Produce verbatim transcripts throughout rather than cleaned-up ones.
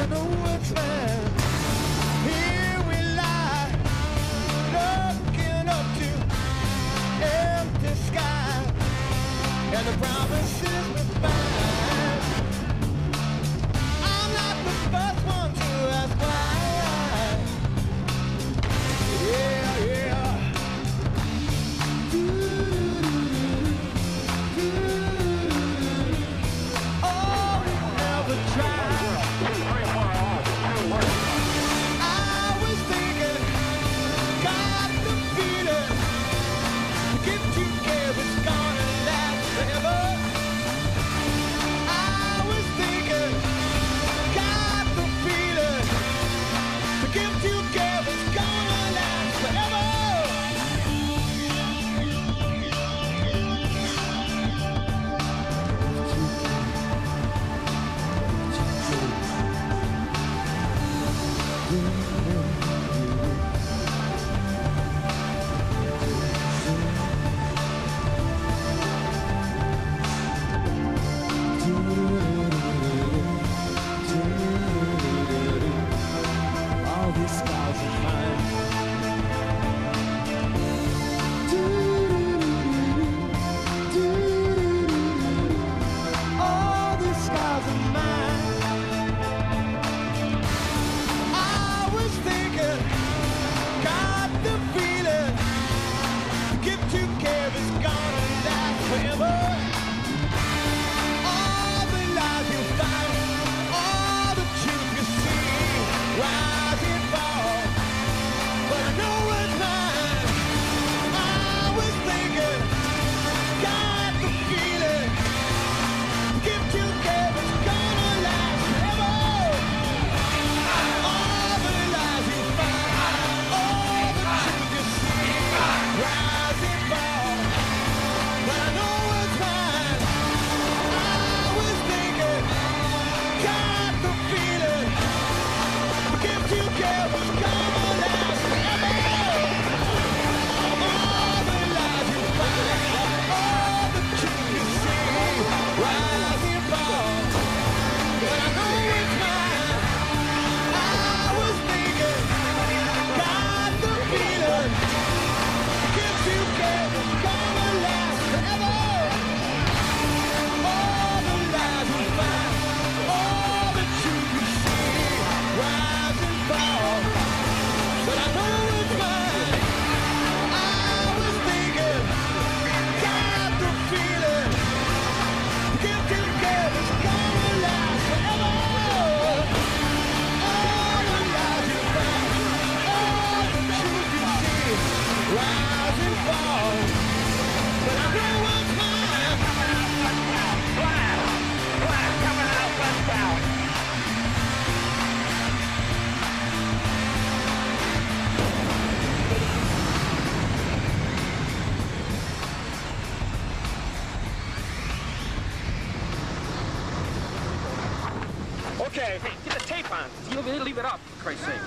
Okay, hey, get the tape on. You leave it up, for Christ's sake.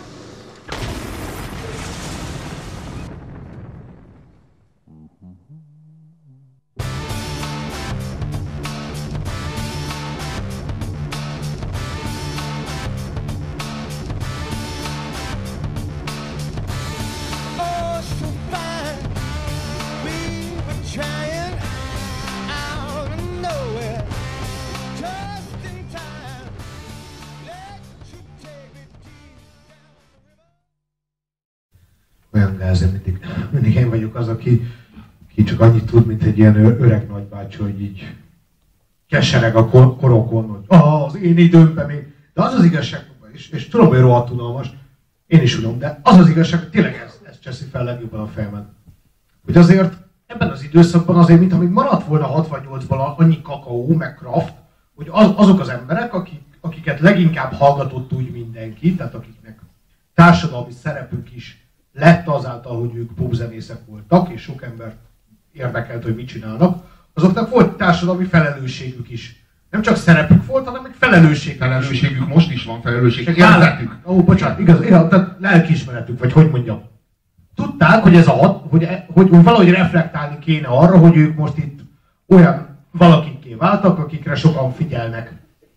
Olyan gáz, mindig, mindig én vagyok az, aki, aki csak annyit tud, mint egy ilyen öreg nagybácsi, hogy így kesereg a korokon, hogy ah, az én időmben még. De az az igazság, és, és tudom, hogy rohadt unalmas, én is tudom, de az az igazság, hogy tényleg ez, ez cseszi fel legjobban a fejemet. Hogy azért ebben az időszakban azért, mintha még maradt volna hatvannyolcban annyi kakaó, meg kraft, hogy az, azok az emberek, akik, akiket leginkább hallgatott úgy mindenki, tehát akiknek társadalmi szerepük is lett azáltal, hogy ők popzenészek voltak, és sok embert érdekelt, hogy mit csinálnak, azoknak volt társadalmi felelősségük is. Nem csak szerepük volt, hanem egy felelősségük. Felelősségük most is van, felelősségük. Érzetük. Ó, bocsánat, igaz, igaz, tehát lelkiismeretük, vagy hogy mondjam. Tudták, hogy, ez a, hogy, hogy, hogy valahogy reflektálni kéne arra, hogy ők most itt olyan valakikké váltak, akikre sokan figyelnek.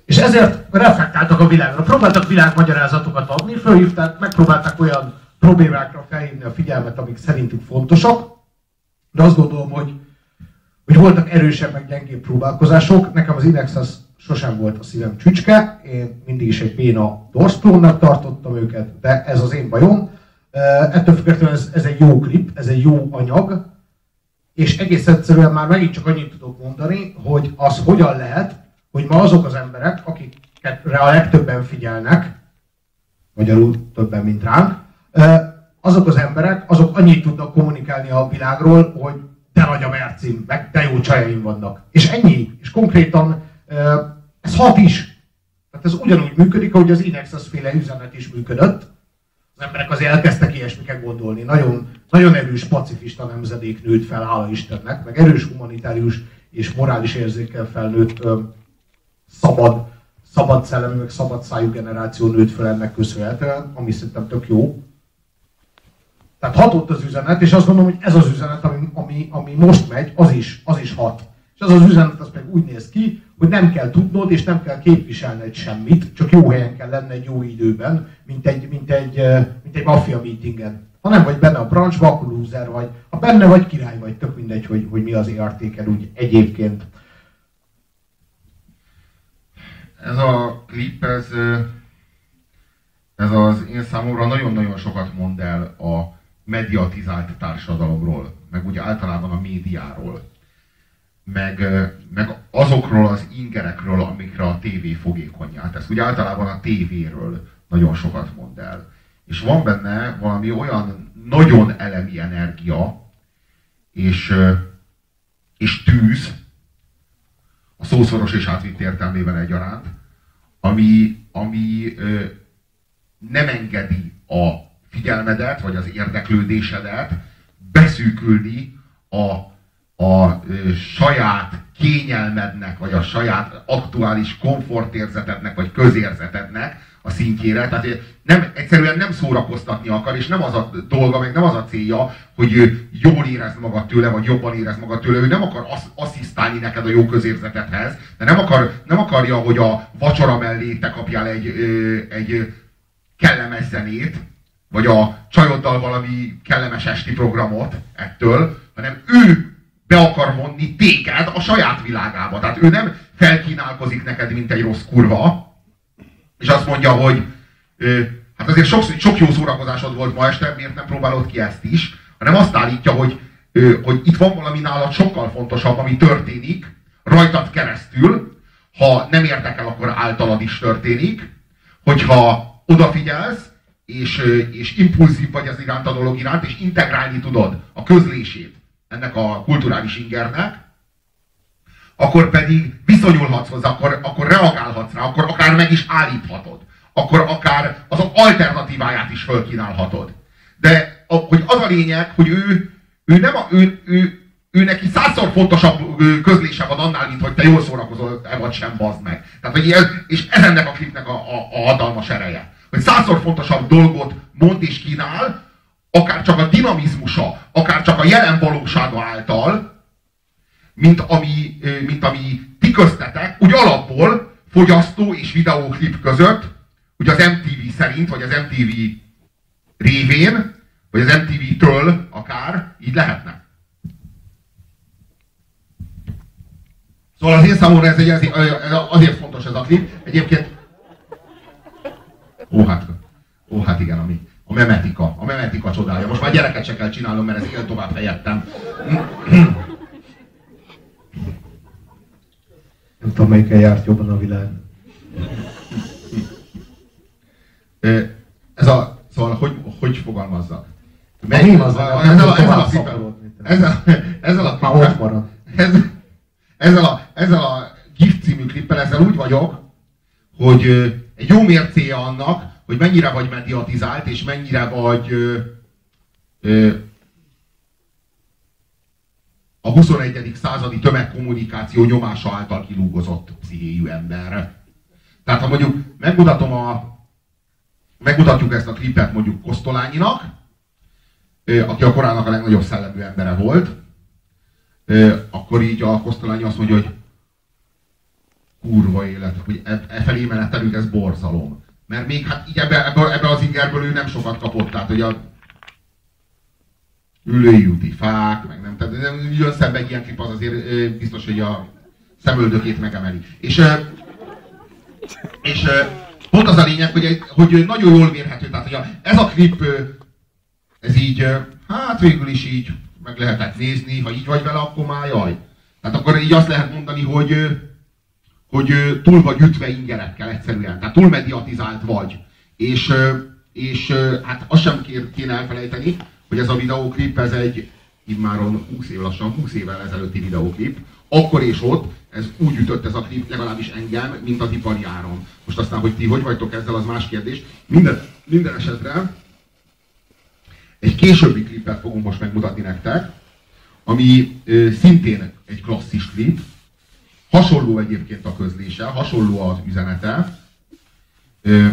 És ezért reflektáltak a világra. Próbáltak világmagyarázatokat adni, fölhívták, megpróbálták olyan problémákra felhívni a figyelmet, amik szerintük fontosak. De azt gondolom, hogy, hogy voltak erősebb, meg gyengébb próbálkozások. Nekem az Inex az sosem volt a szívem csücske. Én mindig is egy béna dorszklónnak tartottam őket, de ez az én bajom. Ettől függetlenül ez, ez egy jó klip, ez egy jó anyag. És egész egyszerűen már megint csak annyit tudok mondani, hogy az hogyan lehet, hogy ma azok az emberek, akikre a legtöbben figyelnek, magyarul többen, mint ránk, azok az emberek, azok annyit tudnak kommunikálni a világról, hogy de nagy a mercim, meg de jó csajaim vannak. És ennyi. És konkrétan ez hat is. Tehát ez ugyanúgy működik, ahogy az Inexus féle üzenet is működött. Az emberek azért elkezdtek ilyesmiket gondolni. Nagyon, nagyon erős pacifista nemzedék nőtt fel, hála Istennek, meg erős humanitárius és morális érzékkel felnőtt ö, szabad, szabad szellemű, meg szabad szájú generáció nőtt fel ennek köszönhetően, ami szerintem tök jó. Tehát hatott az üzenet, és azt gondolom, hogy ez az üzenet, ami, ami, ami most megy, az is, az is hat. És az az üzenet az meg úgy néz ki, hogy nem kell tudnod, és nem kell képviselned semmit, csak jó helyen kell lenned jó időben, mint egy, mint egy, mint egy maffia meetingen. Ha nem vagy benne a branchba, akkor loser vagy. Ha benne vagy, király vagy, tök mindegy, hogy, hogy mi az értéked úgy egyébként. Ez a klip, ez, ez az én számomra nagyon-nagyon sokat mond el a mediatizált társadalomról, meg ugye általában a médiáról. Meg, meg azokról az ingerekről, amikre a tévé fogékonnyá tesz. Ugye általában a tévéről nagyon sokat mond el. És van benne valami olyan nagyon elemi energia, és, és tűz, a szószoros és átvitt értelmében egyaránt, ami, ami ö, nem engedi a figyelmedet, vagy az érdeklődésedet beszűkülni a a ö, saját kényelmednek, vagy a saját aktuális komfortérzetednek, vagy közérzetednek a szintjére. Tehát nem, egyszerűen nem szórakoztatni akar, és nem az a dolga, meg nem az a célja, hogy jól érezd magad tőle, vagy jobban érezd magad tőle. Ő nem akar asz- asszisztálni neked a jó közérzetedhez, de nem, akar, nem akarja, hogy a vacsora mellé te kapjál egy, ö, egy kellemes zenét, vagy a csajoddal valami kellemes esti programot ettől, hanem ő be akar vonni téged a saját világába. Tehát ő nem felkínálkozik neked, mint egy rossz kurva, és azt mondja, hogy ö, hát azért sok, sok jó szórakozásod volt ma este, miért nem próbálod ki ezt is, hanem azt állítja, hogy, ö, hogy itt van valami nálad sokkal fontosabb, ami történik rajtad keresztül, ha nem érdekel, akkor általad is történik, hogyha odafigyelsz, és, és impulzív vagy az iránt a dolog iránt, és integrálni tudod a közlését ennek a kulturális ingernek, akkor pedig viszonyulhatsz hozzá, akkor, akkor reagálhatsz rá, akkor akár meg is állíthatod, akkor akár azok alternatíváját is fölkínálhatod. De a, hogy az a lényeg, hogy ő, ő, nem a, ő, ő, ő neki százszor fontosabb közlése van annál, mint hogy te jól szórakozol-e vagy sem, bazd meg. Tehát, hogy ez, és ez ennek a klipnek a, a, a hatalmas ereje. Hogy százszor fontosabb dolgot mond és kínál, akár csak a dinamizmusa, akár csak a jelen valósága által, mint ami, mint ami ti köztetek, úgy alapból fogyasztó és videóklip között, ugye az em té vé szerint, vagy az em té vé révén, vagy az em té vé-től akár, így lehetne. Szóval az én számomra ez egy, ez azért fontos ez a klip. Egyébként... Ó, hát, ó, hát igen, ami... A memetika. A memetika csodája. Most már gyereket se kell csinálnom, mert ez él tovább helyettem. Nem tudom, melyikkel járt jobban a világ. Ez a... Szóval, hogy, hogy fogalmazzak? Én az a... Ezzel a... Már ott marad. Ezzel a, ezzel a Gift című klippel, ezzel úgy vagyok, hogy egy jó mércéje annak, hogy mennyire vagy mediatizált, és mennyire vagy ö, ö, a huszonegyedik századi tömegkommunikáció nyomása által kilúgozott pszichéjű ember. Tehát ha mondjuk megmutatom a, megmutatjuk ezt a klipet mondjuk Kosztolányinak, ö, aki a korának a legnagyobb szellemű embere volt, ö, akkor így a Kosztolányi azt mondja, hogy kurva élet, hogy e, e felé menetelünk, ez borzalom. Mert még hát így ebbe, ebbe, ebbe az ingerből ő nem sokat kapott, tehát hogy a ülői úti fák, meg nem, tehát nem jön szembe egy ilyen klip, az azért biztos, hogy a szemöldökét megemeli. És, és pont az a lényeg, hogy, hogy nagyon jól mérhető, tehát hogy a, ez a klip, ez így, hát végül is így meg lehetett nézni, ha így vagy vele, akkor már jaj. Tehát akkor így azt lehet mondani, hogy, hogy túl vagy ütve ingerekkel egyszerűen, tehát túl mediatizált vagy. És, és hát azt sem kéne elfelejteni, hogy ez a videóklip, ez egy immáron húsz év, lassan húsz évvel ezelőtti videóklip. Akkor és ott ez úgy ütött ez a klip, legalábbis engem, mint az ipari áron. Most aztán, hogy ti hogy vagytok ezzel, az más kérdés. Minden, minden esetre egy későbbi klipet fogunk most megmutatni nektek, ami ö, szintén egy klasszis klip. Hasonló egyébként a közlése, hasonló az üzenete. Ö,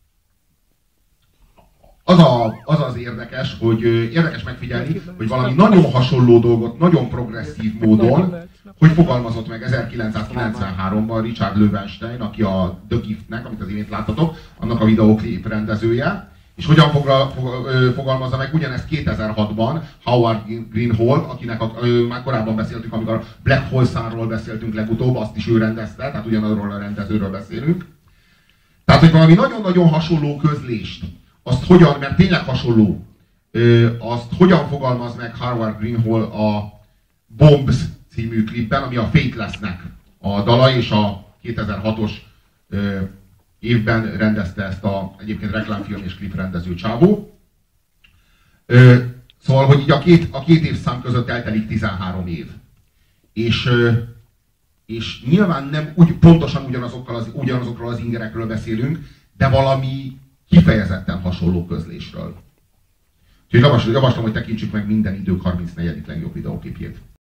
Az, a, az az érdekes, hogy érdekes megfigyelni, hogy valami nagyon hasonló dolgot, nagyon progresszív módon, hogy fogalmazott meg ezerkilencszázkilencvenháromban Richard Löwenstein, aki a The Giftnek, amit az imént láttatok, annak a videóklip rendezője, és hogyan fogal, fogalmazza meg ugyanezt kétezer-hatban Howard Greenhall, akinek a, már korábban beszéltünk, amikor a Black Hole Sunról beszéltünk legutóbb, azt is ő rendezte, tehát ugyanarról a rendezőről beszélünk. Tehát, hogy valami nagyon-nagyon hasonló közlést, azt hogyan, mert tényleg hasonló, azt hogyan fogalmaz meg Howard Greenhall a Bombs című klipben, ami a Fatelessnek a dala, és a kétezer-hatos évben rendezte ezt a egyébként reklámfilm és klip rendező csávó. Szóval, hogy így a két, a két évszám között eltelik tizenhárom év. És, és nyilván nem úgy, pontosan ugyanazokkal az, ugyanazokról az ingerekről beszélünk, de valami kifejezetten hasonló közlésről. Úgyhogy javaslom, hogy tekintsük meg minden idők harmincnegyedik legjobb videóklipjét.